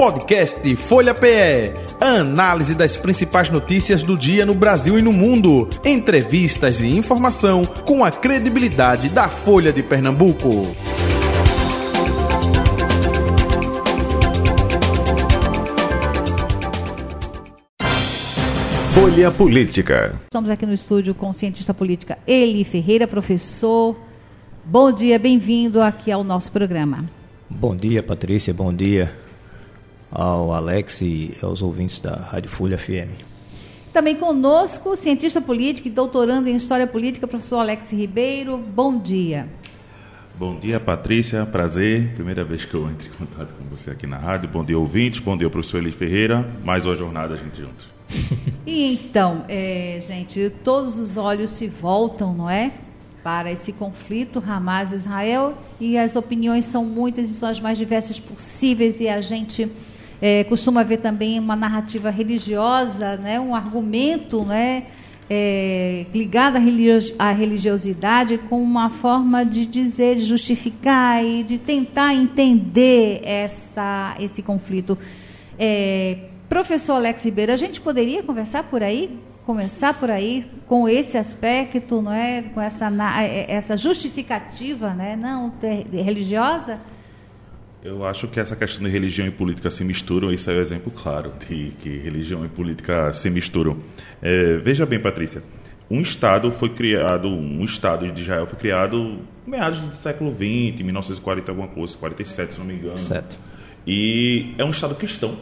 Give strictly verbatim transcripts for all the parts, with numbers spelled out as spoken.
Podcast Folha P E. Análise das principais notícias do dia no Brasil e no mundo. Entrevistas e informação com a credibilidade da Folha de Pernambuco. Folha Política. Estamos aqui no estúdio com o cientista política Eli Ferreira, professor. Bom dia, bem-vindo aqui ao nosso programa. Bom dia, Patrícia, bom dia ao Alex e aos ouvintes da Rádio Folha F M. Também conosco, cientista político e doutorando em História Política, professor Alex Ribeiro. Bom dia. Bom dia, Patrícia, prazer. Primeira vez que eu entro em contato com você aqui na rádio. Bom dia, ouvintes. Bom dia, professor Eli Ferreira. Mais uma jornada a gente juntos. E então, é, gente, todos os olhos se voltam, não é? Para esse conflito Hamas-Israel, e as opiniões são muitas e são as mais diversas possíveis, e a gente é, costuma ver também uma narrativa religiosa, né, um argumento, né, é, ligado à, religio- à religiosidade, com uma forma de dizer, de justificar e de tentar entender essa, esse conflito. É, professor Alex Ribeiro, a gente poderia conversar por aí? Começar por aí, com esse aspecto, não é? Com essa, essa justificativa, né? Não religiosa? Eu acho que essa questão de religião e política se misturam. Isso é o um exemplo claro de que religião e política se misturam. É, veja bem, Patrícia, um Estado foi criado, um Estado de Israel foi criado em meados do século vinte, mil novecentos e quarenta, alguma coisa, quarenta e sete, se não me engano. Certo. E é um Estado cristão,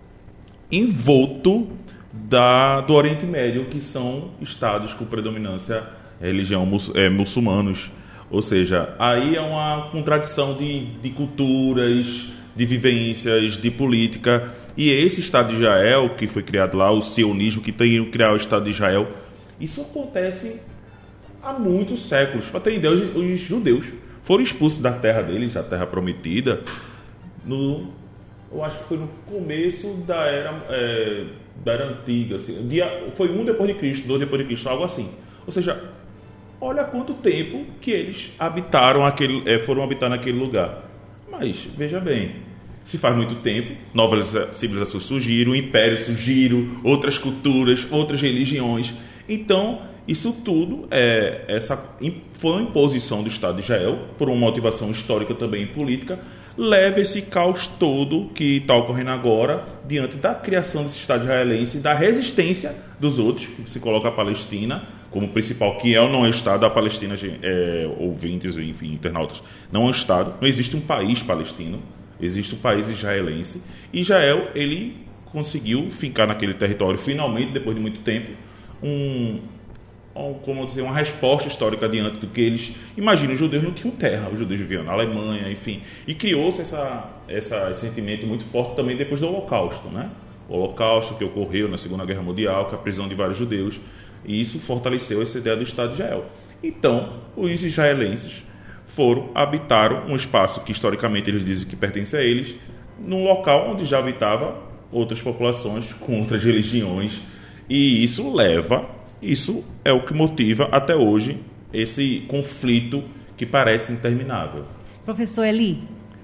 envolto Da, do Oriente Médio, que são estados com predominância religião mus, é, muçulmanos. Ou seja, aí é uma contradição de, de culturas, de vivências, de política. E esse Estado de Israel, que foi criado lá, o sionismo, que tem que criar o Estado de Israel, isso acontece há muitos séculos. Para ter ideia, os, os judeus foram expulsos da terra deles, da terra prometida, no, eu acho que foi no começo da era... É, da era antiga, assim, dia, foi um depois de Cristo, dois depois de Cristo, algo assim. Ou seja, olha quanto tempo que eles habitaram aquele, é, foram habitar naquele lugar. Mas, veja bem, se faz muito tempo, novas civilizações surgiram, impérios surgiram, outras culturas, outras religiões. Então, isso tudo é, essa, foi uma imposição do Estado de Israel, por uma motivação histórica também e política, leva esse caos todo que está ocorrendo agora diante da criação desse Estado israelense, da resistência dos outros, que se coloca a Palestina como principal, que é ou não é o Estado, a Palestina, é, ouvintes, enfim, internautas, não é um Estado, não existe um país palestino, existe um país israelense, e Israel, ele conseguiu fincar naquele território, finalmente, depois de muito tempo, um... como dizer, uma resposta histórica diante do que eles... Imagina, os judeus não tinham terra, os judeus viviam na Alemanha, enfim. E criou-se essa, essa, esse sentimento muito forte também depois do Holocausto, né? O Holocausto que ocorreu na Segunda Guerra Mundial, com a prisão de vários judeus. E isso fortaleceu essa ideia do Estado de Israel. Então, os israelenses foram, habitaram um espaço que historicamente eles dizem que pertence a eles, num local onde já habitava outras populações com outras religiões. E isso leva... Isso é o que motiva, até hoje, esse conflito que parece interminável. Professor Eli?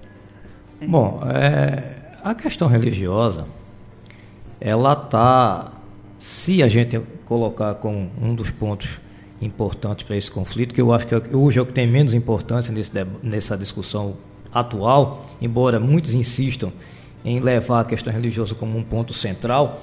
Bom, é, a questão religiosa, ela está, se a gente colocar como um dos pontos importantes para esse conflito, que eu acho que hoje é o que tem menos importância nesse, nessa discussão atual, embora muitos insistam em levar a questão religiosa como um ponto central.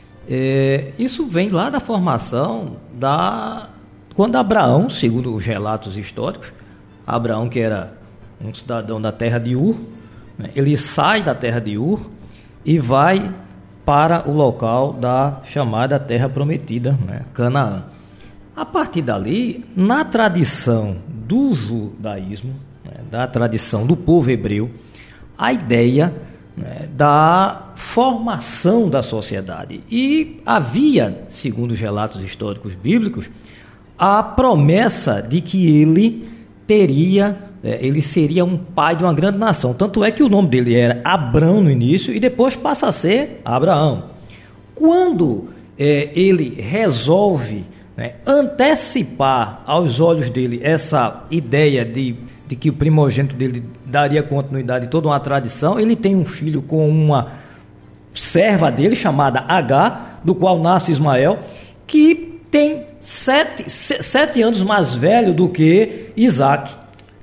É, isso vem lá da formação da quando Abraão, segundo os relatos históricos, Abraão, que era um cidadão da terra de Ur, né, ele sai da terra de Ur e vai para o local da chamada Terra Prometida, né, Canaã. A partir dali, na tradição do judaísmo, né, da tradição do povo hebreu, a ideia, né, da formação da sociedade. E havia, segundo os relatos históricos bíblicos, a promessa de que ele teria, é, ele seria um pai de uma grande nação. Tanto é que o nome dele era Abrão no início e depois passa a ser Abraão. Quando é, ele resolve, né, antecipar aos olhos dele essa ideia de, de que o primogênito dele daria continuidade a toda uma tradição, ele tem um filho com uma serva dele, chamada H, do qual nasce Ismael, que tem sete, sete anos mais velho do que Isaac.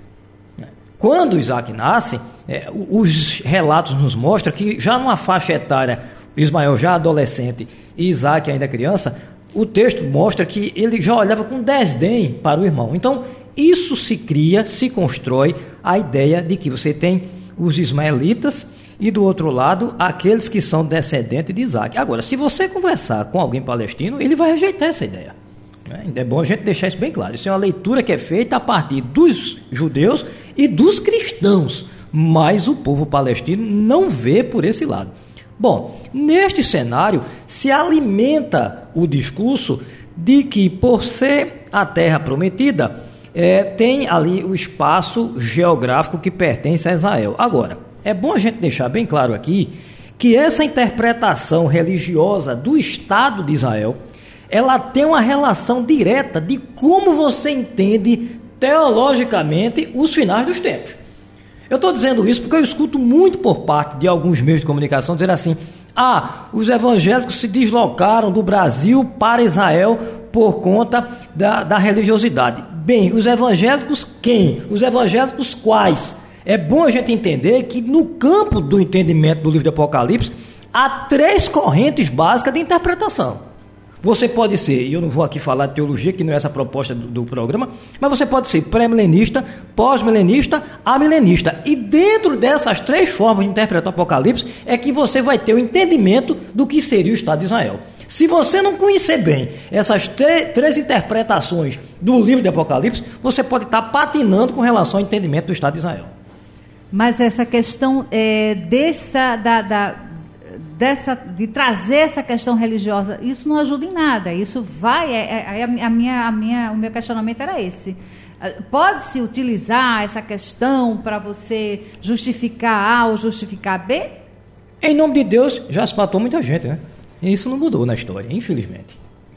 Quando Isaac nasce, é, os relatos nos mostram que já numa faixa etária, Ismael já adolescente e Isaac ainda criança, o texto mostra que ele já olhava com desdém para o irmão. Então, isso se cria, se constrói a ideia de que você tem os ismaelitas e do outro lado, aqueles que são descendentes de Isaac. Agora, se você conversar com alguém palestino, ele vai rejeitar essa ideia. É bom a gente deixar isso bem claro. Isso é uma leitura que é feita a partir dos judeus e dos cristãos, mas o povo palestino não vê por esse lado. Bom, neste cenário se alimenta o discurso de que, por ser a terra prometida, é, tem ali o espaço geográfico que pertence a Israel. Agora, é bom a gente deixar bem claro aqui que essa interpretação religiosa do Estado de Israel, ela tem uma relação direta de como você entende teologicamente os finais dos tempos. Eu estou dizendo isso porque eu escuto muito por parte de alguns meios de comunicação dizer assim: ah, os evangélicos se deslocaram do Brasil para Israel por conta da, da religiosidade. Bem, os evangélicos quem? Os evangélicos quais? É bom a gente entender que no campo do entendimento do livro de Apocalipse há três correntes básicas de interpretação. Você pode ser, e eu não vou aqui falar de teologia, que não é essa a proposta do, do programa, mas você pode ser pré-milenista, pós-milenista, amilenista. E dentro dessas três formas de interpretar o Apocalipse é que você vai ter o entendimento do que seria o Estado de Israel. Se você não conhecer bem essas três interpretações do livro de Apocalipse, você pode estar patinando com relação ao entendimento do Estado de Israel. Mas essa questão é, dessa... Da, da... Dessa, de trazer essa questão religiosa, isso não ajuda em nada. Isso vai, é, é, a minha, a minha, o meu questionamento era esse. Pode-se utilizar essa questão para você justificar A ou justificar B? Em nome de Deus, já se matou muita gente, né? E isso não mudou na história, infelizmente.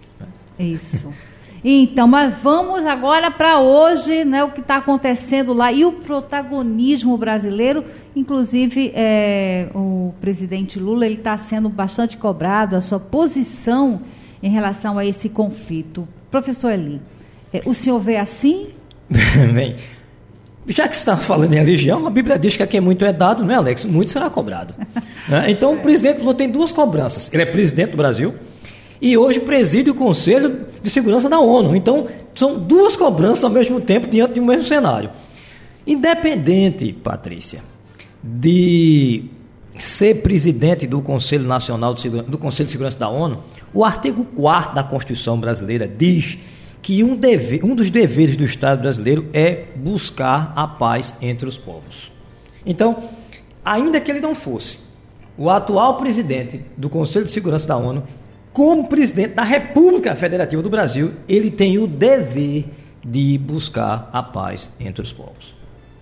Isso. Então, mas vamos agora para hoje, né, o que está acontecendo lá e o protagonismo brasileiro. Inclusive, é, o presidente Lula ele está sendo bastante cobrado, a sua posição em relação a esse conflito. Professor Eli, é, o senhor vê assim? Bem, já que você está falando em religião, a Bíblia diz que a quem muito é dado, não é, Alex? Muito será cobrado. Né? Então, o presidente Lula tem duas cobranças. Ele é presidente do Brasil e hoje preside o Conselho de Segurança da ONU. Então, são duas cobranças ao mesmo tempo diante de um mesmo cenário. Independente, Patrícia, de ser presidente do Conselho Nacional de Segurança, do Conselho de Segurança da ONU, o artigo quarto da Constituição brasileira diz que um, dever, um dos deveres do Estado brasileiro é buscar a paz entre os povos. Então, ainda que ele não fosse o atual presidente do Conselho de Segurança da ONU, como presidente da República Federativa do Brasil, ele tem o dever de buscar a paz entre os povos.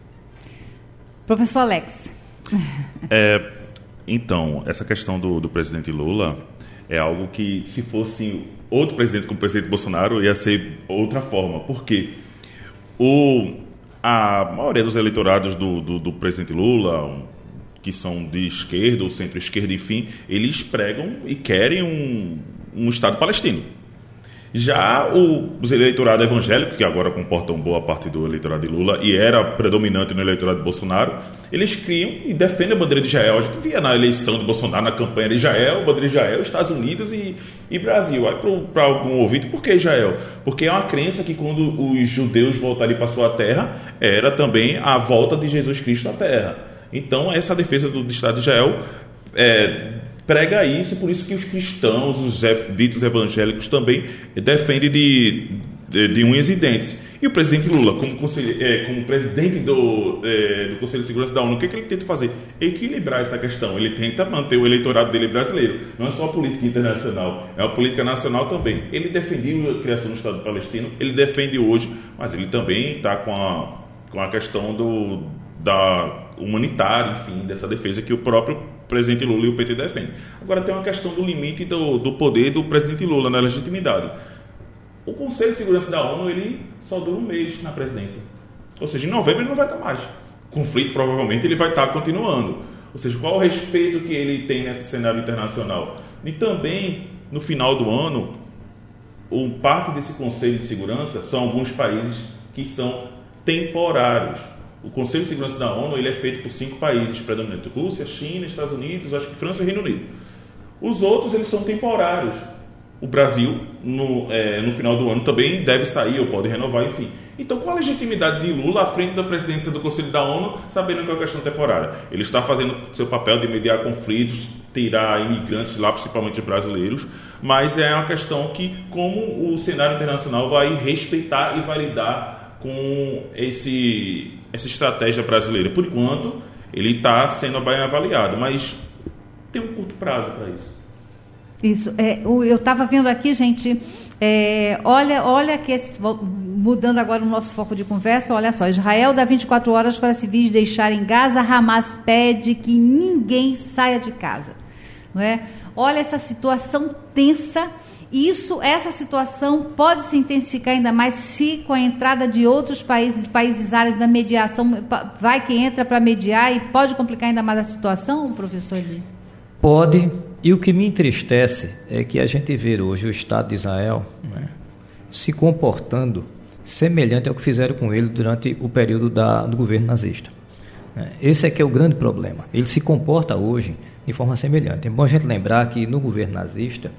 Professor Alex. É, então, essa questão do, do presidente Lula é algo que, se fosse outro presidente como o presidente Bolsonaro, ia ser outra forma. Porque o, a maioria dos eleitorados do, do, do presidente Lula, que são de esquerda ou centro-esquerda, enfim, eles pregam e querem um, um Estado palestino. Já o, os eleitorado evangélico, que agora comportam boa parte do eleitorado de Lula e era predominante no eleitorado de Bolsonaro, eles criam e defendem a bandeira de Israel. A gente via na eleição de Bolsonaro, na campanha de Israel, bandeira de Israel, Estados Unidos e, e Brasil. Aí, para algum ouvinte, por que Israel? Porque é uma crença que quando os judeus voltarem para sua terra, era também a volta de Jesus Cristo à terra. Então, essa defesa do, do Estado de Israel é, prega isso, por isso que os cristãos, os ditos evangélicos também defendem de, de, de unhas e dentes. E o presidente Lula, como, é, como presidente do, é, do Conselho de Segurança da ONU, o que, é que ele tenta fazer? Equilibrar essa questão. Ele tenta manter o eleitorado dele brasileiro. Não é só a política internacional, é a política nacional também. Ele defendeu a criação do Estado palestino, ele defende hoje, mas ele também está com a, com a questão do, da humanitária, enfim, dessa defesa que o próprio presidente Lula e o P T defendem. Agora tem uma questão do limite do, do poder do presidente Lula na legitimidade. O Conselho de Segurança da ONU, ele só dura um mês na presidência. Ou seja, em novembro ele não vai estar mais. O conflito, provavelmente, ele vai estar continuando. Ou seja, qual o respeito que ele tem nesse cenário internacional? E também, no final do ano, um, parte desse Conselho de Segurança são alguns países que são temporários. O Conselho de Segurança da ONU ele é feito por cinco países predominantes: Rússia, China, Estados Unidos, acho que França e Reino Unido. Os outros eles são temporários. O Brasil, no, é, no final do ano, também deve sair ou pode renovar, enfim. Então, qual a legitimidade de Lula à frente da presidência do Conselho da ONU, sabendo que é uma questão temporária? Ele está fazendo seu papel de mediar conflitos, tirar imigrantes lá, principalmente brasileiros, mas é uma questão que, como o cenário internacional vai respeitar e vai lidar com esse, essa estratégia brasileira. Por enquanto, ele está sendo bem avaliado, mas tem um curto prazo para isso. Isso, é, eu estava vendo aqui, gente, é, olha, olha que esse, mudando agora o nosso foco de conversa, olha só, Israel dá vinte e quatro horas para civis deixarem Gaza, Hamas pede que ninguém saia de casa, não é? Olha essa situação tensa, isso, essa situação pode se intensificar ainda mais se com a entrada de outros países, de países árabes, da mediação, vai que entra para mediar e pode complicar ainda mais a situação, professor Eli? Pode. E o que me entristece é que a gente vê hoje o Estado de Israel, né, se comportando semelhante ao que fizeram com ele durante o período da, do governo nazista. Esse é que é o grande problema. Ele se comporta hoje de forma semelhante. É bom a gente lembrar que no governo nazista,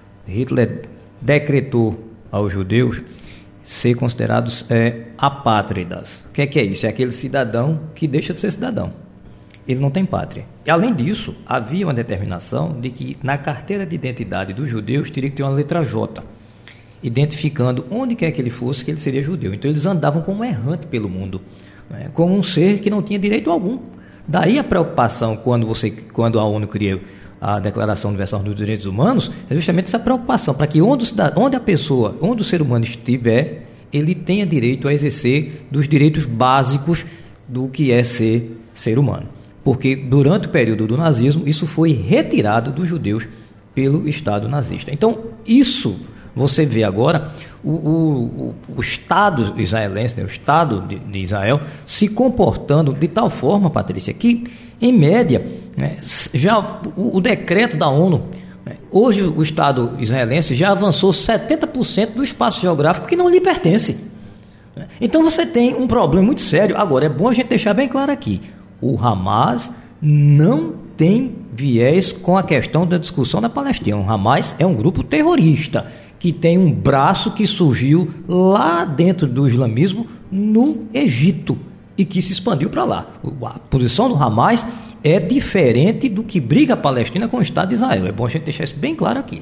Hitler decretou aos judeus ser considerados é, apátridas. O que é que é isso? É aquele cidadão que deixa de ser cidadão. Ele não tem pátria. E, além disso, havia uma determinação de que na carteira de identidade dos judeus teria que ter uma letra J, identificando onde quer que ele fosse que ele seria judeu. Então eles andavam como errante pelo mundo, né, como um ser que não tinha direito algum. Daí a preocupação quando, você, quando a ONU criou a Declaração Universal dos Direitos Humanos, é justamente essa preocupação, para que onde, onde a pessoa, onde o ser humano estiver, ele tenha direito a exercer dos direitos básicos do que é ser ser humano. Porque durante o período do nazismo, isso foi retirado dos judeus pelo Estado nazista. Então, isso, você vê agora, o, o, o Estado israelense, né, o Estado de, de Israel, se comportando de tal forma, Patrícia, que, em média, né, já o, o decreto da ONU, né, hoje o Estado israelense já avançou setenta por cento do espaço geográfico que não lhe pertence. Então, você tem um problema muito sério. Agora, é bom a gente deixar bem claro aqui, o Hamas não tem viés com a questão da discussão da Palestina. O Hamas é um grupo terrorista que tem um braço que surgiu lá dentro do islamismo no Egito e que se expandiu para lá. A posição do Hamas é diferente do que briga a Palestina com o Estado de Israel. É bom a gente deixar isso bem claro aqui.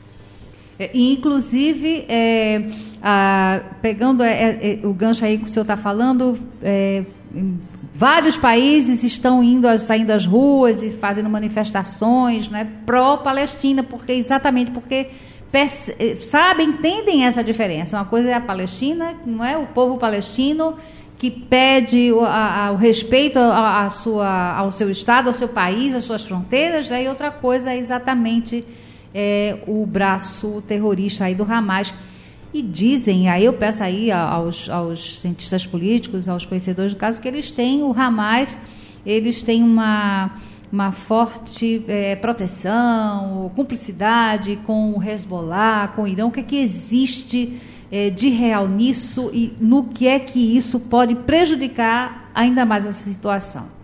É, inclusive, é, a, pegando é, é, o gancho aí que o senhor está falando, é, vários países estão indo, saindo às ruas e fazendo manifestações, né, pró-Palestina, porque exatamente porque perce, sabem, entendem essa diferença. Uma coisa é a Palestina, não é o povo palestino que pede o, a, a, o respeito a, a sua, ao seu estado, ao seu país, às suas fronteiras, né, e outra coisa é exatamente é, o braço terrorista aí do Hamas. E dizem, aí eu peço aí aos, aos cientistas políticos, aos conhecedores do caso, que eles têm, o Hamas, eles têm uma, uma forte é, proteção, cumplicidade com o Hezbollah, com o Irão. O que é que existe é, de real nisso e no que é que isso pode prejudicar ainda mais essa situação?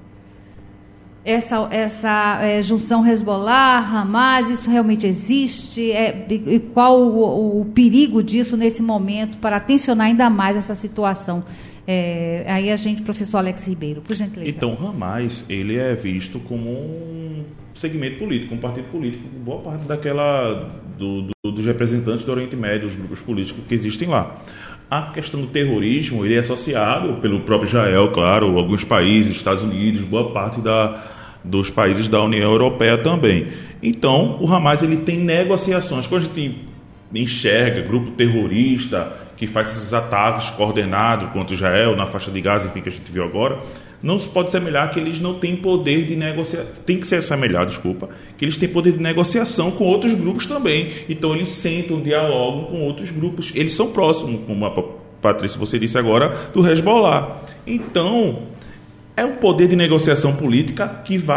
Essa, essa é, junção Hezbollah, Hamas, isso realmente existe? É, e qual o, o perigo disso nesse momento para tensionar ainda mais essa situação? É, aí a gente, professor Alex Ribeiro, por gentileza. Então, o Hamas, ele é visto como um segmento político, um partido político, boa parte daquela, do, do, dos representantes do Oriente Médio, os grupos políticos que existem lá. A questão do terrorismo, ele é associado pelo próprio Israel, claro, alguns países, Estados Unidos, boa parte da, dos países da União Europeia também. Então, o Hamas, ele tem negociações. Quando a gente enxerga grupo terrorista que faz esses ataques coordenados contra Israel, na faixa de Gaza, enfim, que a gente viu agora, não se pode semelhar que eles não têm poder de negociação, tem que ser assemelhado, desculpa, que eles têm poder de negociação com outros grupos também. Então eles sentam, dialogam com outros grupos, eles são próximos, como a Patrícia, você disse agora, do Hezbollah. Então, é um poder de negociação política que vai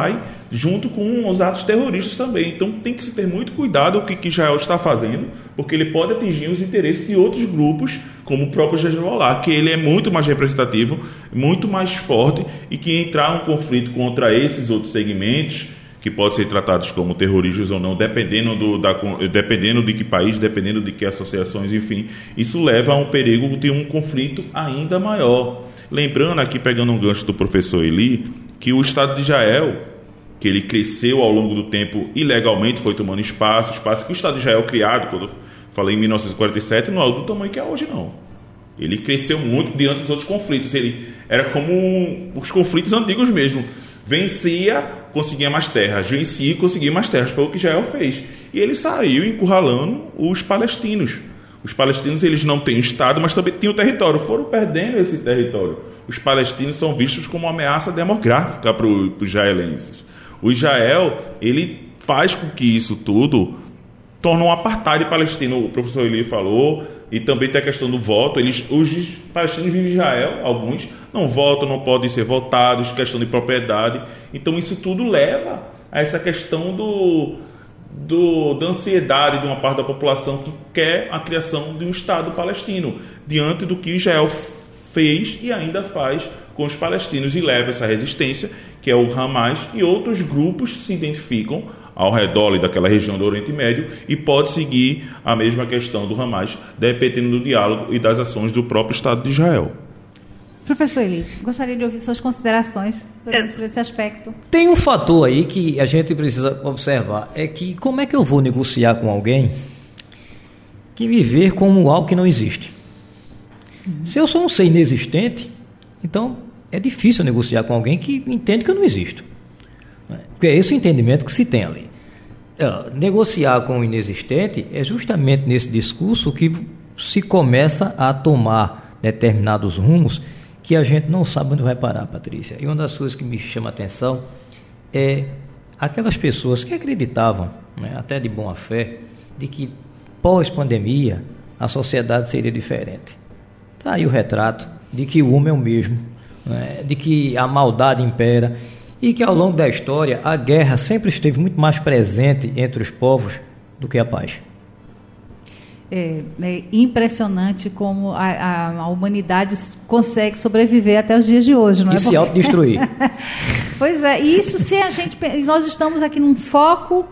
junto com os atos terroristas também. Então tem que se ter muito cuidado com o que Israel está fazendo, porque ele pode atingir os interesses de outros grupos, como o próprio Hezbollah, que ele é muito mais representativo, muito mais forte, e que entrar um conflito contra esses outros segmentos, que podem ser tratados como terroristas ou não, dependendo, do, da, dependendo de que país, dependendo de que associações, enfim, isso leva a um perigo de um conflito ainda maior. Lembrando aqui, pegando um gancho do professor Eli, que o Estado de Israel, que ele cresceu ao longo do tempo ilegalmente, foi tomando espaço, espaço que o Estado de Israel criado, quando eu falei em mil novecentos e quarenta e sete, não é do tamanho que é hoje, não. Ele cresceu muito diante dos outros conflitos. Ele era como um, os conflitos antigos mesmo. Vencia, conseguia mais terras. Vencia e conseguia mais terras. Foi o que Israel fez. E ele saiu encurralando os palestinos. Os palestinos, eles não têm Estado, mas também tinham território. Foram perdendo esse território. Os palestinos são vistos como uma ameaça demográfica para os israelenses. O Israel, ele faz com que isso tudo torne um apartheid palestino. O professor Eli falou, e também tem a questão do voto. Eles, os palestinos vivem em Israel, alguns não votam, não podem ser votados, questão de propriedade. Então isso tudo leva a essa questão do, do, da ansiedade de uma parte da população que quer a criação de um Estado palestino, diante do que Israel fez e ainda faz com os palestinos, e leva essa resistência, que é o Hamas, e outros grupos se identificam ao redor daquela região do Oriente Médio, e pode seguir a mesma questão do Hamas, dependendo do diálogo e das ações do próprio Estado de Israel. Professor Eli, gostaria de ouvir suas considerações sobre esse aspecto. Tem um fator aí que a gente precisa observar, é que como é que eu vou negociar com alguém que me vê como algo que não existe? Uhum. Se eu sou um ser inexistente, então é difícil negociar com alguém que entende que eu não existo. Porque é esse o entendimento que se tem ali. É, negociar com o inexistente é justamente nesse discurso que se começa a tomar determinados rumos que a gente não sabe onde vai parar, Patrícia. E uma das coisas que me chama a atenção é aquelas pessoas que acreditavam, né, até de boa fé, de que pós-pandemia a sociedade seria diferente. Está aí o retrato de que o homem é o mesmo, né, de que a maldade impera, e que ao longo da história a guerra sempre esteve muito mais presente entre os povos do que a paz. É, é impressionante como a, a, a humanidade consegue sobreviver até os dias de hoje, não é? E se autodestruir. Pois é, e isso se a gente... Nós estamos aqui num foco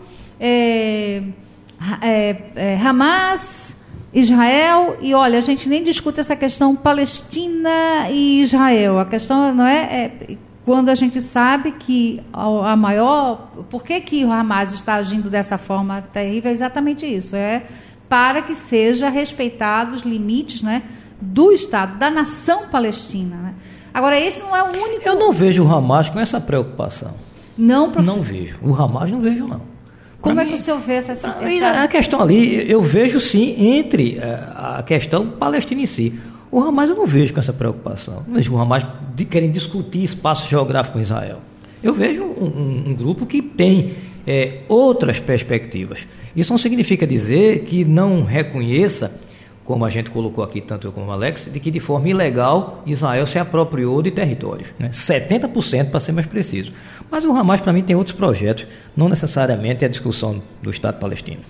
é, é, é, Hamas, Israel, e olha, a gente nem discute essa questão Palestina e Israel. A questão não é... é quando a gente sabe que a maior... Por que, que o Hamas está agindo dessa forma terrível? É exatamente isso. É para que seja respeitados os limites, né, do Estado, da nação palestina. Né? Agora, esse não é o único... Eu não vejo o Hamas com essa preocupação. Não, prof... Não vejo. O Hamas não vejo, não. Como pra é mim, que o senhor vê essa... essa... A questão ali, eu vejo sim, entre a questão palestina em si. O Hamas eu não vejo com essa preocupação. Não vejo o Hamas de, querem discutir espaço geográfico com Israel. Eu vejo um, um, um grupo que tem é, outras perspectivas. Isso não significa dizer que não reconheça, como a gente colocou aqui, tanto eu como o Alex, de que de forma ilegal Israel se apropriou de territórios. Né? setenta por cento para ser mais preciso. Mas o Hamas, para mim, tem outros projetos, não necessariamente a discussão do Estado palestino.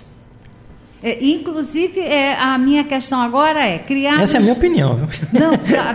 É, inclusive, é, a minha questão agora é criar... Essa é a minha opinião. Viu? Não,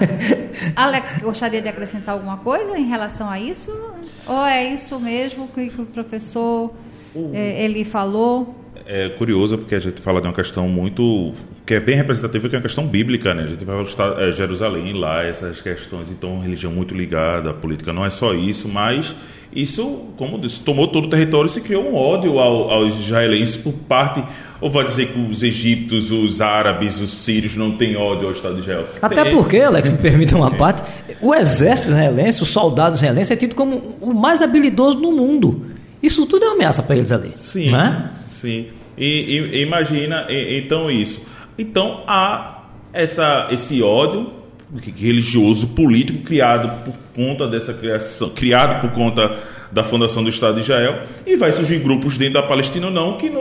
Alex, gostaria de acrescentar alguma coisa em relação a isso? Ou é isso mesmo que, que o professor uh, é, ele falou? É curioso porque a gente fala de uma questão muito... que é bem representativa, que é uma questão bíblica, né? A gente vai ao é, Jerusalém lá, essas questões, então, religião muito ligada, a política não é só isso, mas... Isso, como disse, tomou todo o território e se criou um ódio ao, aos israelenses por parte... Ou vai dizer que os egípcios, os árabes, os sírios não têm ódio ao Estado de Israel? Até porque, Alex, me permita uma parte, o exército israelense, os soldados israelenses é tido como o mais habilidoso do mundo. Isso tudo é uma ameaça para eles ali. Sim, não é? sim. E, e imagina, e, então, isso. Então, há essa, esse ódio religioso, político, criado por conta dessa criação, criado por conta da fundação do Estado de Israel, e vai surgir grupos dentro da Palestina ou não, que não,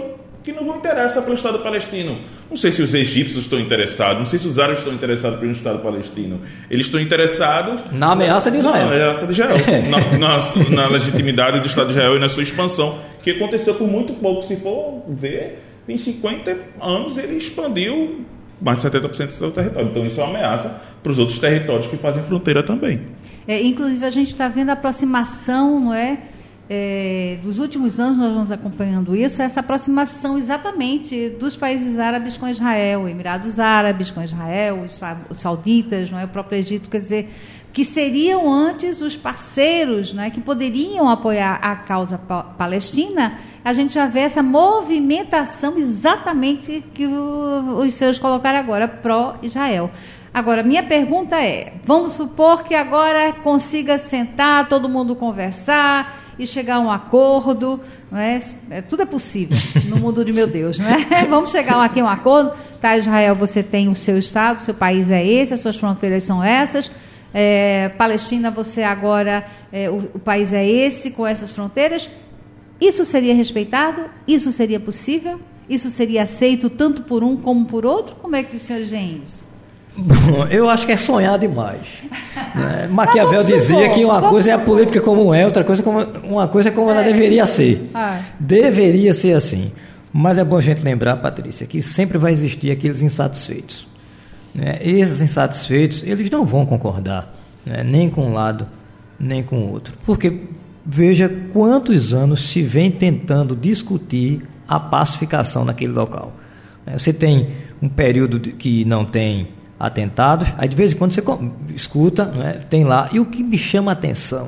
que não vão interessar pelo Estado palestino. Não sei se os egípcios estão interessados, não sei se os árabes estão interessados pelo Estado palestino. Eles estão interessados na ameaça de Israel. Na ameaça de Israel, na, na, na legitimidade do Estado de Israel e na sua expansão, que aconteceu por muito pouco. Se for ver, em cinquenta anos ele expandiu mais de setenta por cento do seu território. Então isso é uma ameaça para os outros territórios que fazem fronteira também. É, inclusive a gente está vendo a aproximação, não é? É, dos últimos anos nós vamos acompanhando isso, essa aproximação exatamente dos países árabes com Israel, Emirados Árabes com Israel, os, os sauditas, não é? O próprio Egito, quer dizer, que seriam antes os parceiros, né, que poderiam apoiar a causa pa- palestina. A gente já vê essa movimentação exatamente que o, os seus colocaram agora, pró-Israel. Agora, minha pergunta é, vamos supor que agora consiga sentar, todo mundo conversar e chegar a um acordo, não é? É, tudo é possível no mundo de meu Deus, não é? Vamos chegar aqui a um acordo, tá, Israel, você tem o seu Estado, seu país é esse, as suas fronteiras são essas, é, Palestina, você agora, é, o, o país é esse, com essas fronteiras. Isso seria respeitado? Isso seria possível? Isso seria aceito tanto por um como por outro? Como é que os senhores veem isso? Bom, eu acho que é sonhar demais. Né? Maquiavel tá, dizia supor, que uma coisa supor. é a política como é, outra coisa como, uma coisa é como é. ela deveria ser. Ah. Deveria ser assim. Mas é bom a gente lembrar, Patrícia, que sempre vai existir aqueles insatisfeitos. Né? Esses insatisfeitos, eles não vão concordar, né? Nem com um lado, nem com o outro. Porque veja quantos anos se vem tentando discutir a pacificação naquele local. Você tem um período que não tem atentados, aí de vez em quando você escuta, não é? Tem lá, e o que me chama a atenção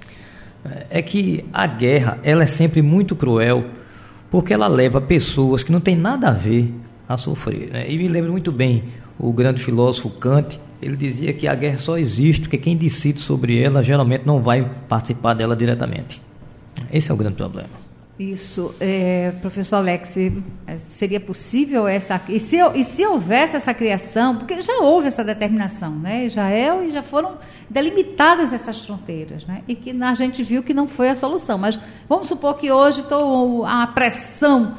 é que a guerra, ela é sempre muito cruel, porque ela leva pessoas que não têm nada a ver a sofrer, né? E me lembro muito bem o grande filósofo Kant, ele dizia que a guerra só existe porque quem decide sobre ela geralmente não vai participar dela diretamente. Esse é o grande problema. Isso, é, professor Alex, seria possível essa, e se, e se houvesse essa criação, porque já houve essa determinação, né, Israel, e já foram delimitadas essas fronteiras, né, e que a gente viu que não foi a solução, mas vamos supor que hoje estou a pressão,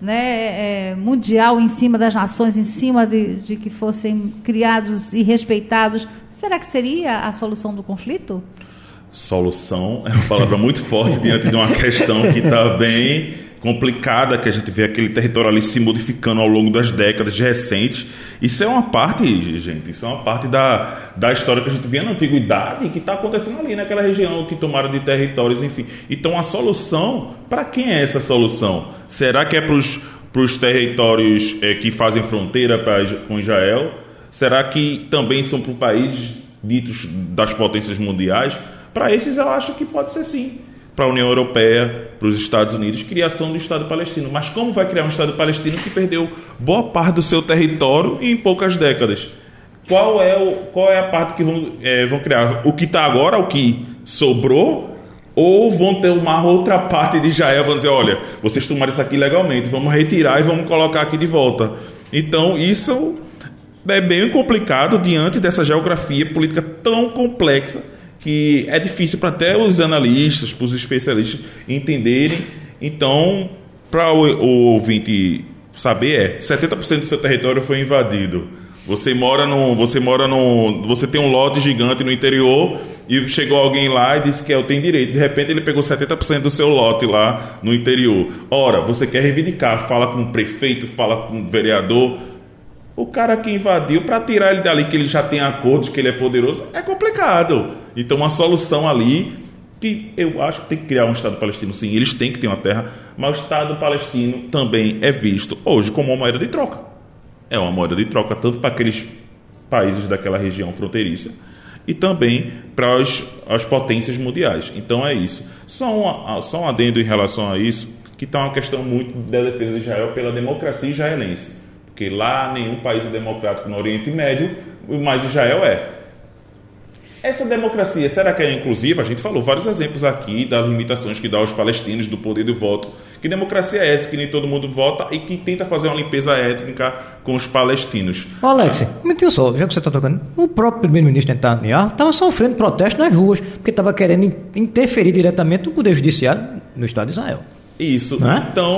né, é, mundial em cima das nações, em cima de, de que fossem criados e respeitados, será que seria a solução do conflito? Solução é uma palavra muito forte diante de uma questão que está bem complicada, que a gente vê aquele território ali se modificando ao longo das décadas recentes. Isso é uma parte, gente, isso é uma parte da, da história que a gente vê na antiguidade, que está acontecendo ali naquela região que tomaram de territórios, enfim. Então a solução, para quem é essa solução? Será que é para os territórios é, que fazem fronteira pra, com Israel? Será que também são para os países ditos das potências mundiais? Para esses eu acho que pode ser sim. Para a União Europeia, para os Estados Unidos, criação do Estado palestino. Mas como vai criar um Estado palestino que perdeu boa parte do seu território em poucas décadas? Qual é, o, qual é a parte que vão, é, vão criar? O que está agora, o que sobrou? Ou vão ter uma outra parte de Israel, vão dizer, olha, vocês tomaram isso aqui legalmente, vamos retirar e vamos colocar aqui de volta. Então isso é bem complicado diante dessa geografia política tão complexa, que é difícil para até os analistas, para os especialistas entenderem. Então, para o, o ouvinte saber, é setenta por cento do seu território foi invadido. Você mora no, você mora no, você tem um lote gigante no interior e chegou alguém lá e disse que eu tenho direito. De repente ele pegou setenta por cento do seu lote lá no interior. Ora, você quer reivindicar, fala com o prefeito, fala com o vereador. O cara que invadiu, para tirar ele dali, que ele já tem acordos, que ele é poderoso, é complicado. Então, uma solução ali, que eu acho que tem que criar um Estado palestino, sim, eles têm que ter uma terra, mas o Estado palestino também é visto hoje como uma moeda de troca. É uma moeda de troca tanto para aqueles países daquela região fronteiriça e também para as, as potências mundiais. Então, é isso. Só um, só um adendo em relação a isso, que está uma questão muito da defesa de Israel pela democracia israelense. Porque lá nenhum país é democrático no Oriente Médio, mas Israel é. Essa democracia, será que é inclusiva? A gente falou vários exemplos aqui das limitações que dá aos palestinos do poder do voto. Que democracia é essa que nem todo mundo vota e que tenta fazer uma limpeza étnica com os palestinos? Ô Alex, me diga só, já que você está tocando, o próprio primeiro-ministro Netanyahu estava sofrendo protesto nas ruas, porque estava querendo interferir diretamente no poder judiciário no Estado de Israel. Isso. Não é? Então,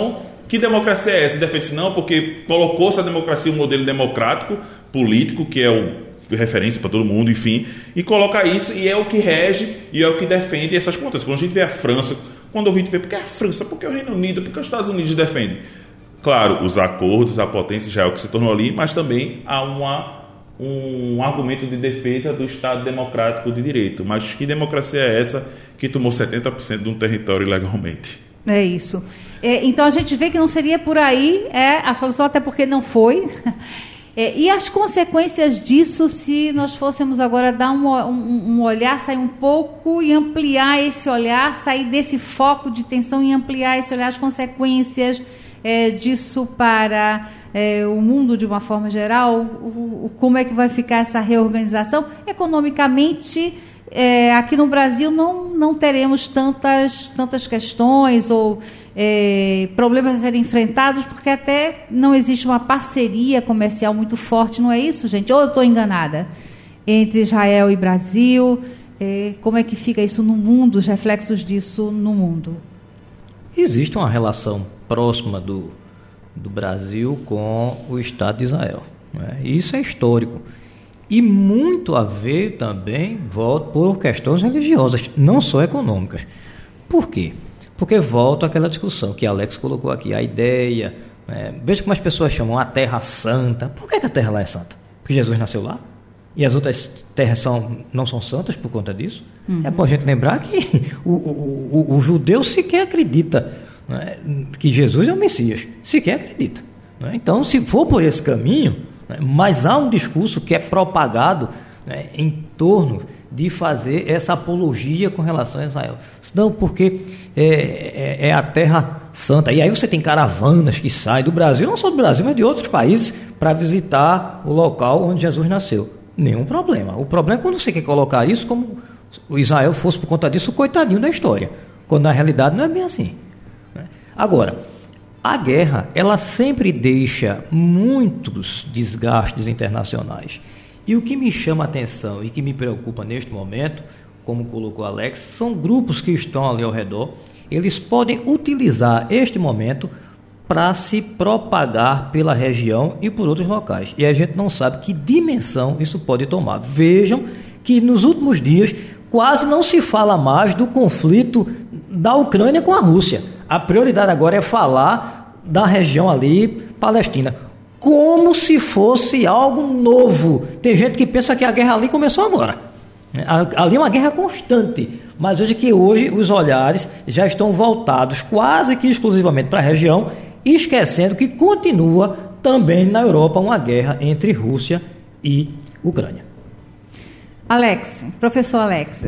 Que democracia é essa? Defende-se não, porque colocou-se a democracia um modelo democrático, político, que é o referência para todo mundo, enfim, e coloca isso, e é o que rege, e é o que defende essas pontas. Quando a gente vê a França, quando a gente vê, porque a França, porque o Reino Unido, porque os Estados Unidos defendem. Claro, os acordos, a potência já é o que se tornou ali, mas também há uma, um argumento de defesa do Estado democrático de direito. Mas que democracia é essa que tomou setenta por cento de um território ilegalmente? É isso. É, então a gente vê que não seria por aí é, a solução, até porque não foi. É, e as consequências disso, se nós fôssemos agora dar um, um, um olhar, sair um pouco e ampliar esse olhar, sair desse foco de tensão e ampliar esse olhar, as consequências é, disso para é, o mundo de uma forma geral, o, o, como é que vai ficar essa reorganização? Economicamente, é, aqui no Brasil não, não teremos tantas, tantas questões ou É, problemas a serem enfrentados, porque até não existe uma parceria comercial muito forte, não é isso, gente? Ou eu estou enganada? Entre Israel e Brasil, é, como é que fica isso no mundo, os reflexos disso no mundo? Existe uma relação próxima do, do Brasil com o Estado de Israel, né? Isso é histórico. E muito a ver também volta por questões religiosas, não só econômicas. Por quê? Porque volta àquela discussão que Alex colocou aqui, a ideia, né? Veja como as pessoas chamam a Terra Santa. Por que, que a Terra lá é santa? Porque Jesus nasceu lá? E as outras terras são, não são santas por conta disso? Uhum. É bom a gente lembrar que o, o, o, o judeu sequer acredita, né, que Jesus é o Messias, sequer acredita, né? Então, se for por esse caminho, né, mas há um discurso que é propagado, né, em torno de fazer essa apologia com relação a Israel. Não, porque é, é, é a Terra Santa. E aí você tem caravanas que saem do Brasil, não só do Brasil, mas de outros países, para visitar o local onde Jesus nasceu. Nenhum problema. O problema é quando você quer colocar isso como o Israel fosse, por conta disso, o coitadinho da história. Quando na realidade não é bem assim. Agora, a guerra, ela sempre deixa muitos desgastes internacionais. E o que me chama a atenção e que me preocupa neste momento, como colocou Alex, são grupos que estão ali ao redor. Eles podem utilizar este momento para se propagar pela região e por outros locais. E a gente não sabe que dimensão isso pode tomar. Vejam que nos últimos dias quase não se fala mais do conflito da Ucrânia com a Rússia. A prioridade agora é falar da região ali, Palestina, como se fosse algo novo. Tem gente que pensa que a guerra ali começou agora. Ali é uma guerra constante, mas veja que hoje os olhares já estão voltados quase que exclusivamente para a região, esquecendo que continua também na Europa uma guerra entre Rússia e Ucrânia. Alex, professor Alex.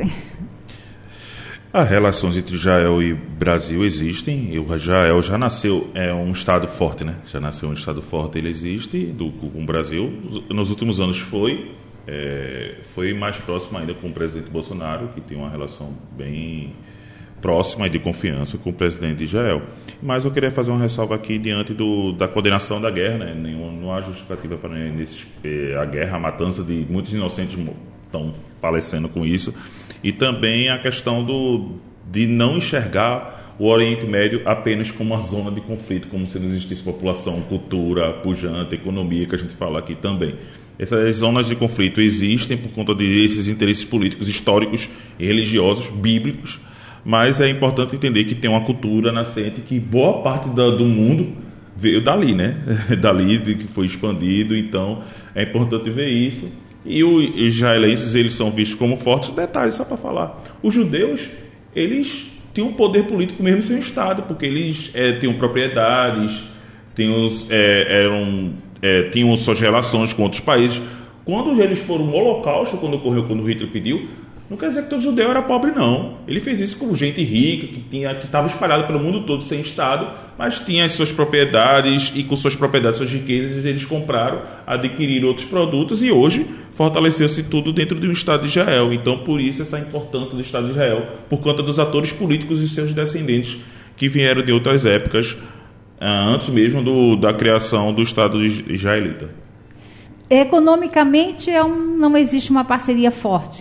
As relações entre Israel e Brasil existem. O Israel já nasceu, é um Estado forte, né? Já nasceu um Estado forte, ele existe. Do, com o Brasil, nos últimos anos foi, é, foi mais próximo ainda com o presidente Bolsonaro, que tem uma relação bem próxima e de confiança com o presidente de Israel. Mas eu queria fazer uma ressalva aqui diante do, da condenação da guerra, né? Nenhum, não há justificativa para nesses, é, a guerra, a matança de muitos inocentes estão falecendo com isso. E também a questão do, de não enxergar o Oriente Médio apenas como uma zona de conflito, como se não existisse população, cultura, pujante, economia, que a gente fala aqui também. Essas zonas de conflito existem por conta desses interesses políticos, históricos e religiosos, bíblicos, mas é importante entender que tem uma cultura nascente que boa parte da, do mundo veio dali, né? Dali, que foi expandido, então é importante ver isso. E os israelenses, eles são vistos como fortes. Detalhe, só para falar, os judeus, eles tinham um poder político mesmo sem Estado, porque eles é, tinham propriedades, tinham, é, eram, é, tinham suas relações com outros países. Quando eles foram no Holocausto, quando ocorreu, quando Hitler pediu, não quer dizer que todo judeu era pobre, não. Ele fez isso com gente rica, que tinha, que estava espalhada pelo mundo todo sem Estado, mas tinha as suas propriedades, e com suas propriedades, suas riquezas, eles compraram, adquiriram outros produtos, e hoje fortaleceu-se tudo dentro do Estado de Israel. Então, por isso, essa importância do Estado de Israel, por conta dos atores políticos e seus descendentes, que vieram de outras épocas, antes mesmo do, da criação do Estado israelita. Economicamente é um, não existe uma parceria forte.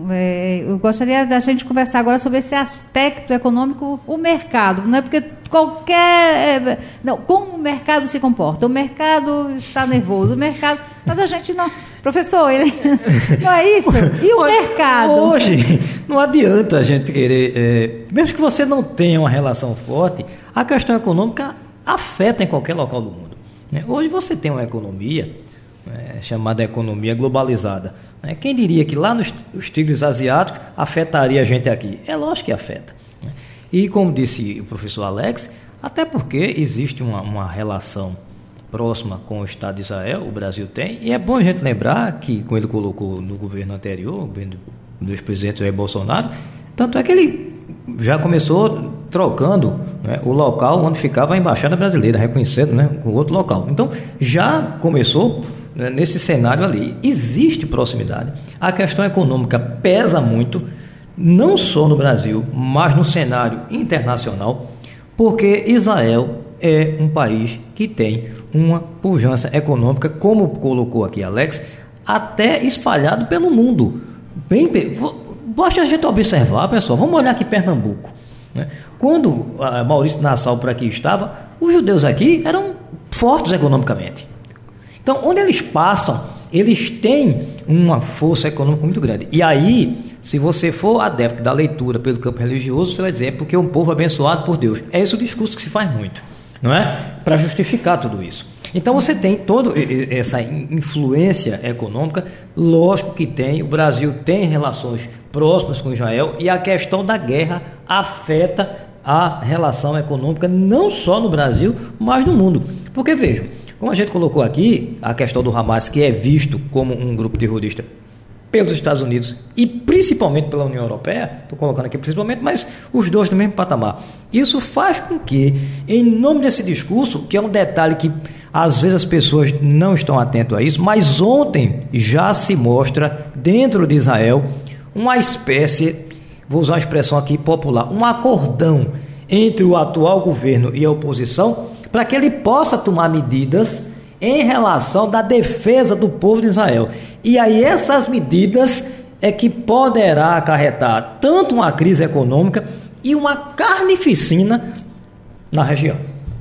É, eu gostaria da gente conversar agora sobre esse aspecto econômico, o mercado, não é porque qualquer... É, não, como o mercado se comporta? O mercado está nervoso, o mercado... Mas a gente não... Professor, ele, não é isso? E o hoje, mercado? Hoje, não adianta a gente querer... É, mesmo que você não tenha uma relação forte, a questão econômica afeta em qualquer local do mundo. Né? Hoje você tem uma economia... É, chamada economia globalizada. Né? Quem diria que lá nos os tigres asiáticos afetaria a gente aqui? É lógico que afeta. Né? E como disse o professor Alex, até porque existe uma, uma relação próxima com o Estado de Israel, o Brasil tem, e é bom a gente lembrar que, como ele colocou no governo anterior, o governo do ex-presidente Jair Bolsonaro, tanto é que ele já começou trocando, né, o local onde ficava a embaixada brasileira, reconhecendo, né, com outro local. Então, já começou nesse cenário ali. Existe proximidade. A questão econômica pesa muito, não só no Brasil, mas no cenário internacional, porque Israel é um país que tem uma pujança econômica, como colocou aqui Alex, até espalhado pelo mundo. Bem, basta a gente observar, pessoal, vamos olhar aqui Pernambuco. Né? Quando a Maurício Nassau por aqui estava, os judeus aqui eram fortes economicamente. Então, onde eles passam, eles têm uma força econômica muito grande. E aí, se você for adepto da leitura pelo campo religioso, você vai dizer, é porque é um povo abençoado por Deus. É esse o discurso que se faz muito, não é? Para justificar tudo isso. Então, você tem toda essa influência econômica, lógico que tem, o Brasil tem relações próximas com Israel, e a questão da guerra afeta a relação econômica, não só no Brasil, mas no mundo. Porque, vejam, como a gente colocou aqui, a questão do Hamas, que é visto como um grupo terrorista pelos Estados Unidos e principalmente pela União Europeia, estou colocando aqui principalmente, mas os dois no mesmo patamar. Isso faz com que, em nome desse discurso, que é um detalhe que às vezes as pessoas não estão atentas a isso, mas ontem já se mostra dentro de Israel uma espécie, vou usar uma expressão aqui popular, um acordão entre o atual governo e a oposição, para que ele possa tomar medidas em relação da defesa do povo de Israel. E aí essas medidas é que poderá acarretar tanto uma crise econômica e uma carnificina na região.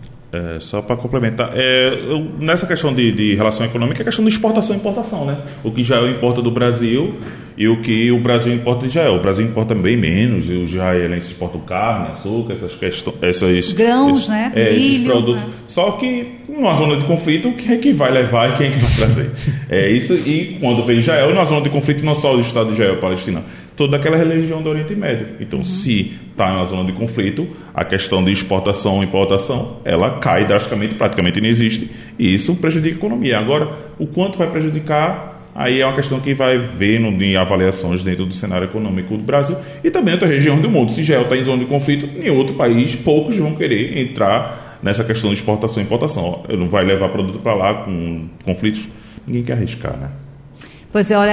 É, só para complementar, é, eu, nessa questão de, de relação econômica, é questão de exportação e importação, né? O que Israel importa do Brasil e o que o Brasil importa de Israel. O Brasil importa bem menos, e os israelenses exportam carne, açúcar, essas questões, essas, grãos, esses, né? É, Milho, esses produtos. Né? Só que numa zona de conflito, quem é que vai levar e quem é que vai trazer? É isso. E quando vem Israel, numa zona de conflito, não só do Estado de Israel e Palestina, toda aquela religião do Oriente Médio. Então, uhum. se está na zona de conflito, a questão de exportação e importação, ela cai drasticamente, praticamente não existe, e isso prejudica a economia. Agora, o quanto vai prejudicar, aí é uma questão que vai ver no, em avaliações dentro do cenário econômico do Brasil e também outras regiões do mundo. Se Israel está em zona de conflito, em outro país, poucos vão querer entrar nessa questão de exportação e importação. Não vai levar produto para lá com conflitos, ninguém quer arriscar, né? Pois é, olha,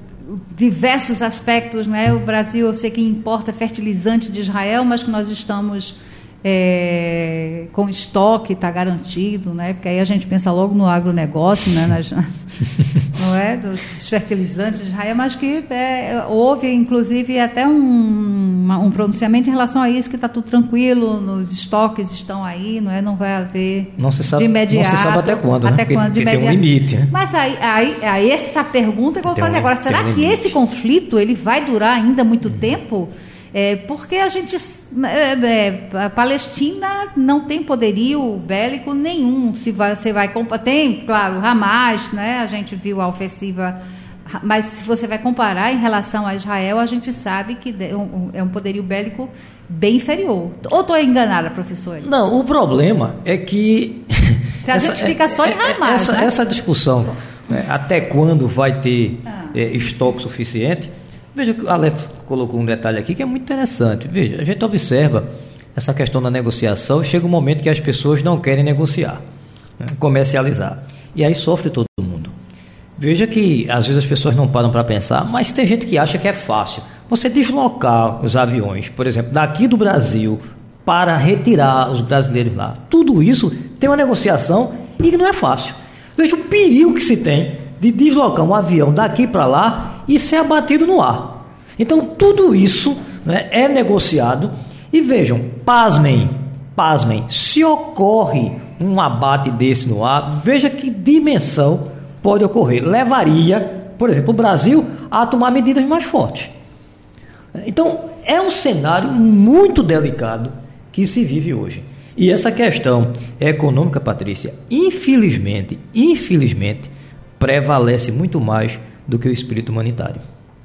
diversos aspectos, né? O Brasil, eu sei que importa fertilizante de Israel, mas que nós estamos é, com estoque, está garantido, né? Porque aí a gente pensa logo no agronegócio, né? Nas, não é? Dos fertilizantes de Israel, mas que é, houve, inclusive, até um, um pronunciamento em relação a isso, que está tudo tranquilo, nos estoques estão aí, não é? Não vai haver não se sabe, de imediato. Não se sabe até quando, até né? quando, porque, de porque tem um limite, né? Mas aí, aí, aí essa pergunta que eu vou tem fazer um, agora, será um que limite. esse conflito ele vai durar ainda muito hum. tempo? É, porque a gente, é, é, a Palestina não tem poderio bélico nenhum. Se vai, você vai tem, claro, Hamas, né? A gente viu a ofensiva, mas se você vai comparar em relação a Israel, a gente sabe que é um poderio bélico bem inferior. Ou estou enganada, professor? Não, o problema é que se a essa, gente fica só em Hamas, essa, né? essa discussão, né, até quando vai ter ah. é, estoque suficiente. Veja que o Alex colocou um detalhe aqui que é muito interessante. Veja, a gente observa essa questão da negociação, chega um momento que as pessoas não querem negociar, né, comercializar. E aí sofre todo mundo. Veja que às vezes as pessoas não param para pensar, mas tem gente que acha que é fácil. Você deslocar os aviões, por exemplo, daqui do Brasil para retirar os brasileiros lá. Tudo isso tem uma negociação e não é fácil. Veja o perigo que se tem de deslocar um avião daqui para lá e ser abatido no ar. Então, tudo isso, né, é negociado. E vejam, pasmem, pasmem, se ocorre um abate desse no ar, veja que dimensão pode ocorrer. Levaria, por exemplo, o Brasil a tomar medidas mais fortes. Então, é um cenário muito delicado que se vive hoje. E essa questão econômica, Patrícia, infelizmente, infelizmente, prevalece muito mais do que o espírito humanitário.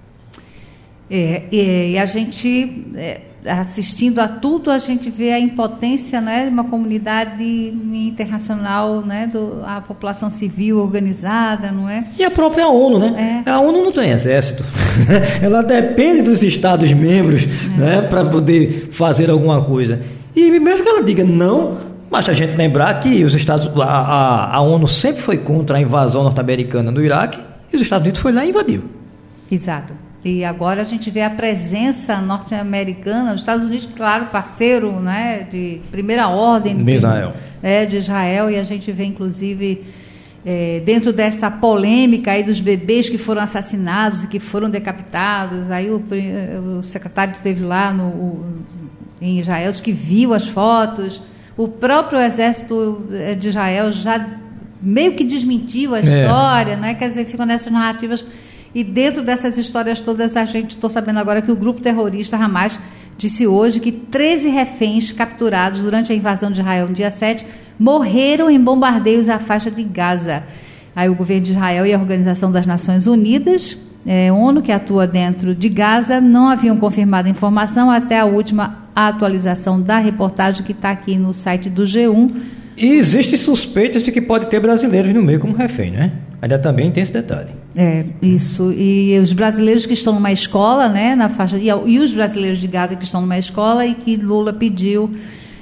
É, e, e a gente, é, assistindo a tudo, a gente vê a impotência, né, de uma comunidade internacional, né, do, a população civil organizada, não é? E a própria ONU, né? É. A ONU não tem exército. Ela depende dos Estados-membros, é. né, para poder fazer alguma coisa. E mesmo que ela diga não, basta a gente lembrar que os Estados, a, a, a ONU sempre foi contra a invasão norte-americana no Iraque e os Estados Unidos foi lá e invadiu. Exato. E agora a gente vê a presença norte-americana, os Estados Unidos, claro, parceiro, né, de primeira ordem de Israel. É, de Israel, e a gente vê, inclusive, é, dentro dessa polêmica aí dos bebês que foram assassinados e que foram decapitados, aí o, o secretário esteve lá no, o, em Israel, que viu as fotos, o próprio exército de Israel já meio que desmentiu a história, é. né, quer dizer, ficam nessas narrativas. E dentro dessas histórias todas, a gente estou sabendo agora que o grupo terrorista Hamas disse hoje que treze reféns capturados durante a invasão de Israel no dia sete morreram em bombardeios à faixa de Gaza. Aí o governo de Israel e a Organização das Nações Unidas, é, ONU, que atua dentro de Gaza, não haviam confirmado a informação até a última atualização da reportagem que está aqui no site do G um. E existem suspeitas de que pode ter brasileiros no meio como refém, né? Ainda também tem esse detalhe. É, isso. E os brasileiros que estão numa escola, né, na faixa, e, e os brasileiros de Gaza que estão numa escola e que Lula pediu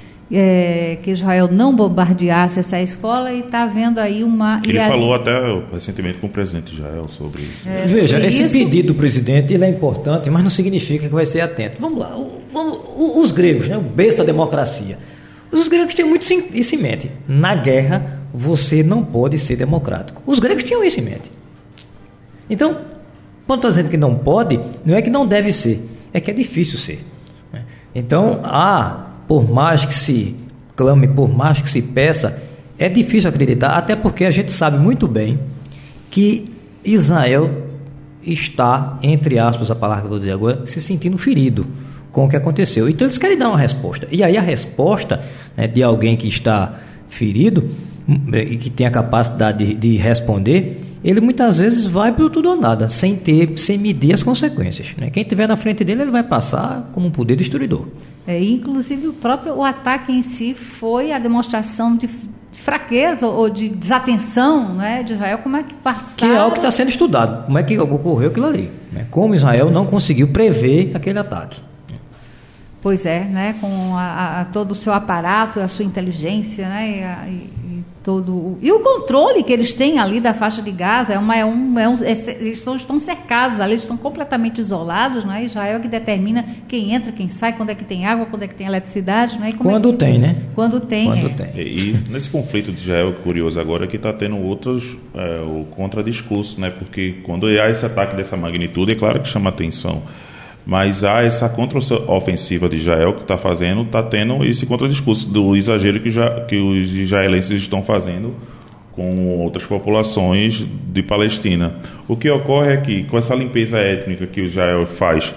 é, que Israel não bombardeasse essa escola e está havendo aí uma... Ele a... falou até recentemente com o presidente de Israel sobre isso. É, Veja, esse isso... pedido do presidente, ele é importante, mas não significa que vai ser atento. Vamos lá, o, o, os gregos, né, o berço da democracia. Os gregos têm muito isso em mente. Na guerra, você não pode ser democrático. Os gregos tinham isso em mente. Então, quando estou dizendo que não pode, não é que não deve ser, é que é difícil ser. Então, ah, por mais que se clame, por mais que se peça, é difícil acreditar, até porque a gente sabe muito bem que Israel está, entre aspas, a palavra que eu vou dizer agora, se sentindo ferido com o que aconteceu. Então eles querem dar uma resposta. E aí a resposta, né, de alguém que está ferido e que tem a capacidade de, de responder, ele muitas vezes vai para o tudo ou nada, sem ter, sem medir as consequências, né? Quem estiver na frente dele, ele vai passar como um poder destruidor. É, inclusive o próprio o ataque em si foi a demonstração de fraqueza ou de desatenção, né, de Israel. Como é que participa? Que é algo que está sendo estudado. Como é que ocorreu aquilo ali, né? Como Israel não conseguiu prever aquele ataque. Pois é, né, com a, a, todo o seu aparato, a sua inteligência, né, e, a, e, e todo o, e o controle que eles têm ali da faixa de Gaza é uma, é um, é um, é, eles são, estão cercados ali, eles estão completamente isolados, né? Israel que determina quem entra, quem sai, quando é que tem água, quando é que tem eletricidade, né? E como quando é que, tem, né? Quando tem, quando é. tem. E, e nesse conflito de Israel, curioso agora é que está tendo outros é, o contradiscurso, né? Porque quando há esse ataque dessa magnitude, é claro que chama atenção. Mas há essa contra-ofensiva de Israel que está fazendo, está tendo esse contradiscurso do exagero que, já, que os israelenses estão fazendo com outras populações de Palestina. O que ocorre é que, com essa limpeza étnica que Israel faz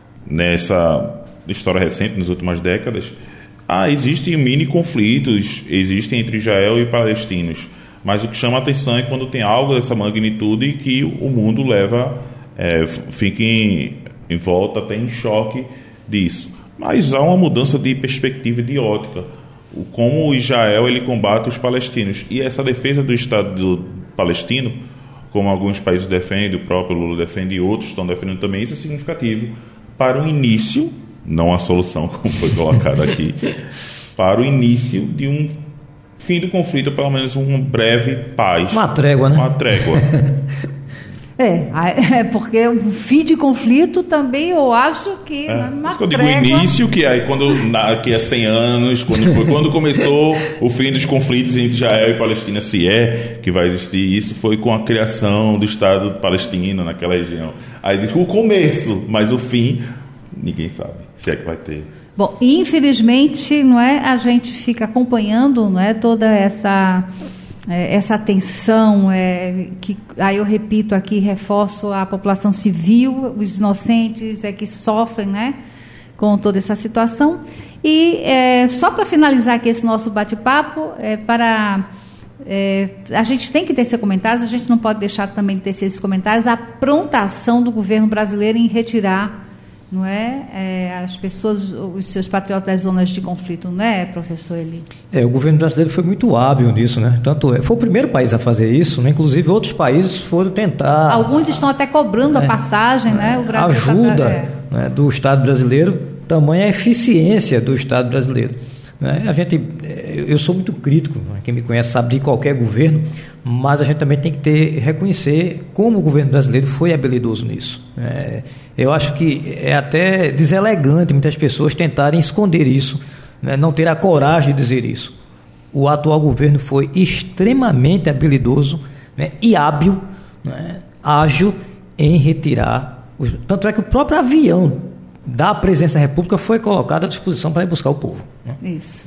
nessa história recente, nas últimas décadas, ah, existem mini conflitos, existem entre Israel e palestinos. Mas o que chama a atenção é quando tem algo dessa magnitude e que o mundo leva, é, fica em... em volta, até em choque disso. Mas há uma mudança de perspectiva e de ótica. O, como o Israel ele combate os palestinos. E essa defesa do Estado palestino, como alguns países defendem, o próprio Lula defende e outros estão defendendo também, isso é significativo para o início, não a solução, como foi colocado aqui, para o início de um fim do conflito, pelo menos uma breve paz. Uma trégua, né? Uma trégua. É, é porque o fim de conflito também eu acho que É, não é uma isso que eu digo trégua. o início, que aí quando na, que há cem anos, quando, foi, quando começou o fim dos conflitos entre Israel e Palestina, se é que vai existir isso, foi com a criação do Estado palestino naquela região. Aí diz o começo, mas o fim, ninguém sabe se é que vai ter. Bom, infelizmente, não é, a gente fica acompanhando, não é, toda essa é, essa tensão, é, que aí eu repito aqui, reforço a população civil, os inocentes é que sofrem, né, com toda essa situação. E é, só para finalizar aqui esse nosso bate-papo, é, para é, a gente tem que tecer comentários, a gente não pode deixar também de tecer esses comentários, a pronta ação do governo brasileiro em retirar, não é, é, as pessoas, os seus patriotas das zonas de conflito, não é, professor Eli? É, o governo brasileiro foi muito hábil nisso, né? Tanto é, foi o primeiro país a fazer isso, né? Inclusive outros países foram tentar. Alguns estão até cobrando é, a passagem, é, né? O Brasil ajuda tá, é. né, do Estado brasileiro, tamanha a eficiência do Estado brasileiro. Né? A gente, eu sou muito crítico, quem me conhece sabe de qualquer governo, mas a gente também tem que ter, reconhecer como o governo brasileiro foi habilidoso nisso. É, eu acho que é até deselegante muitas pessoas tentarem esconder isso, né? Não ter a coragem de dizer isso. O atual governo foi extremamente habilidoso, né? E hábil, né? Ágil em retirar. Os, tanto é que o próprio avião da Presidência da República foi colocado à disposição para ir buscar o povo. Né? Isso.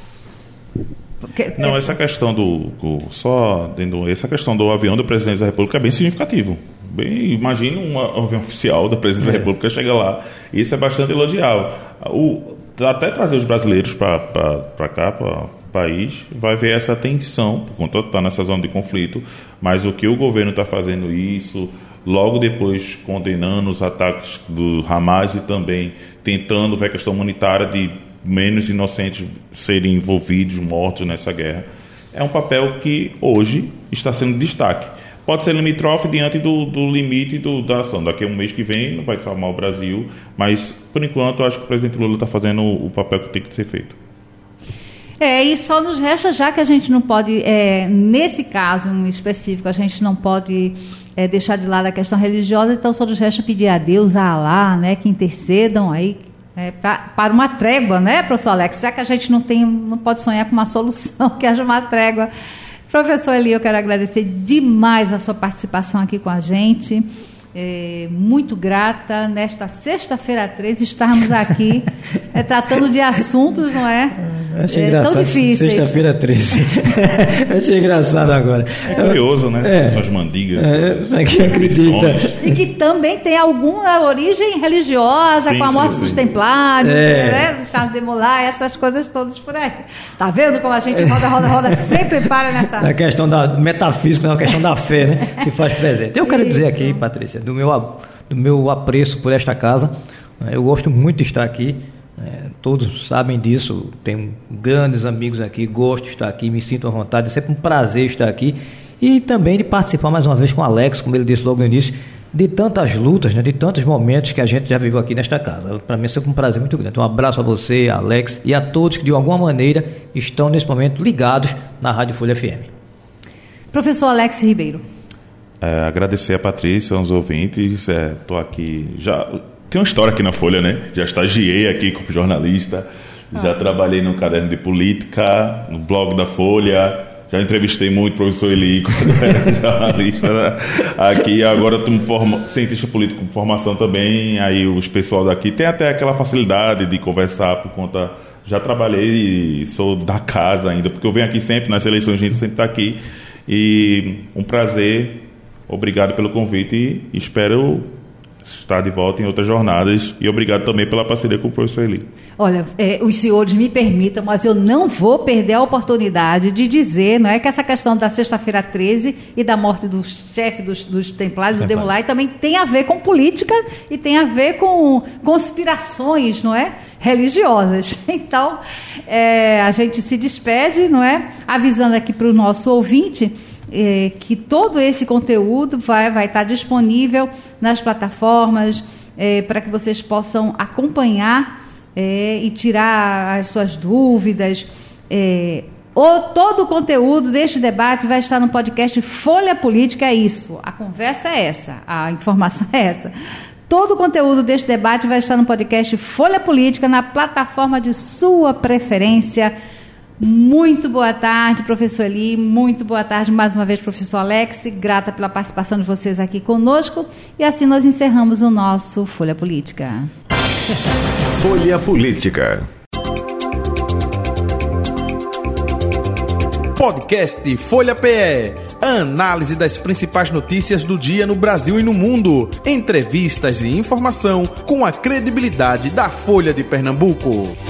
Porque, Não, essa questão do, do só dentro, essa questão do avião da Presidência da República é bem significativo. Bem, imagina um avião oficial da Presidência é. da República chega lá. Isso é bastante elogiável. O, até trazer os brasileiros para cá, para o país, vai ver essa tensão, por conta de estar nessa zona de conflito, mas o que o governo está fazendo isso, logo depois condenando os ataques do Hamas e também tentando ver a questão humanitária de menos inocentes serem envolvidos, mortos nessa guerra, é um papel que hoje está sendo destaque. Pode ser limítrofe diante do, do limite do, da ação. Daqui a um mês que vem não vai salvar o Brasil, mas por enquanto eu acho que o presidente Lula está fazendo o, o papel que tem que ser feito. É, e só nos resta, já que a gente não pode, é, nesse caso em específico, a gente não pode é, deixar de lado a questão religiosa, então só nos resta pedir a Deus, a Alá, né, que intercedam aí é, pra, para uma trégua, né, professor Alex, já que a gente não tem, não pode sonhar com uma solução, que haja uma trégua. Professor Eli, eu quero agradecer demais a sua participação aqui com a gente. É, muito grata nesta sexta-feira treze estarmos aqui é, tratando de assuntos, não é? Achei é, engraçado, tão difíceis. Sexta-feira treze. Achei engraçado agora. É curioso, né? É. Suas mandigas. É, quem acredita. E que também tem alguma origem religiosa, sim, com a morte sim, dos sim. templários, é. né? Charles de Molay, essas coisas todas por aí. Tá vendo como a gente roda, roda, roda, sempre para nessa... A questão da metafísica, não, a questão da fé, né? Se faz presente. Eu quero Isso. dizer aqui, Patrícia, do meu, do meu apreço por esta casa, eu gosto muito de estar aqui. É, todos sabem disso, tenho grandes amigos aqui, gosto de estar aqui, me sinto à vontade, é sempre um prazer estar aqui e também de participar mais uma vez com o Alex, como ele disse logo no início, de tantas lutas, né, de tantos momentos que a gente já viveu aqui nesta casa. Para mim é sempre um prazer muito grande. Um abraço a você, a Alex e a todos que de alguma maneira estão nesse momento ligados na Rádio Folha F M. Professor Alex Ribeiro. É, agradecer a Patrícia, aos ouvintes, estou é, aqui já... Tem uma história aqui na Folha, né? Já estagiei aqui como jornalista, ah. já trabalhei no caderno de política, no blog da Folha, já entrevistei muito o professor Eli quando era jornalista, né? Aqui. Agora estou forma, cientista político com formação também, aí os pessoal daqui tem até aquela facilidade de conversar por conta... Já trabalhei e sou da casa ainda, porque eu venho aqui sempre, nas eleições a gente sempre está aqui. E um prazer, obrigado pelo convite e espero... estar de volta em outras jornadas e obrigado também pela parceria com o professor Eli. Olha, é, os senhores me permitam, mas eu não vou perder a oportunidade de dizer, não é, que essa questão da sexta-feira treze e da morte do chefe dos, dos templários, do de Molay, também tem a ver com política e tem a ver com conspirações, não é, religiosas. Então, é, a gente se despede, não é, avisando aqui para o nosso ouvinte É, que todo esse conteúdo vai, vai estar disponível nas plataformas é, para que vocês possam acompanhar é, e tirar as suas dúvidas. É, O, todo o conteúdo deste debate vai estar no podcast Folha Política, é isso. A conversa é essa, a informação é essa. Todo o conteúdo deste debate vai estar no podcast Folha Política, na plataforma de sua preferência. Muito boa tarde, professor Eli. Muito boa tarde mais uma vez, professor Alex. Grata pela participação de vocês aqui conosco. E assim nós encerramos o nosso Folha Política. Folha Política. Podcast Folha P E. Análise das principais notícias do dia no Brasil e no mundo. Entrevistas e informação com a credibilidade da Folha de Pernambuco.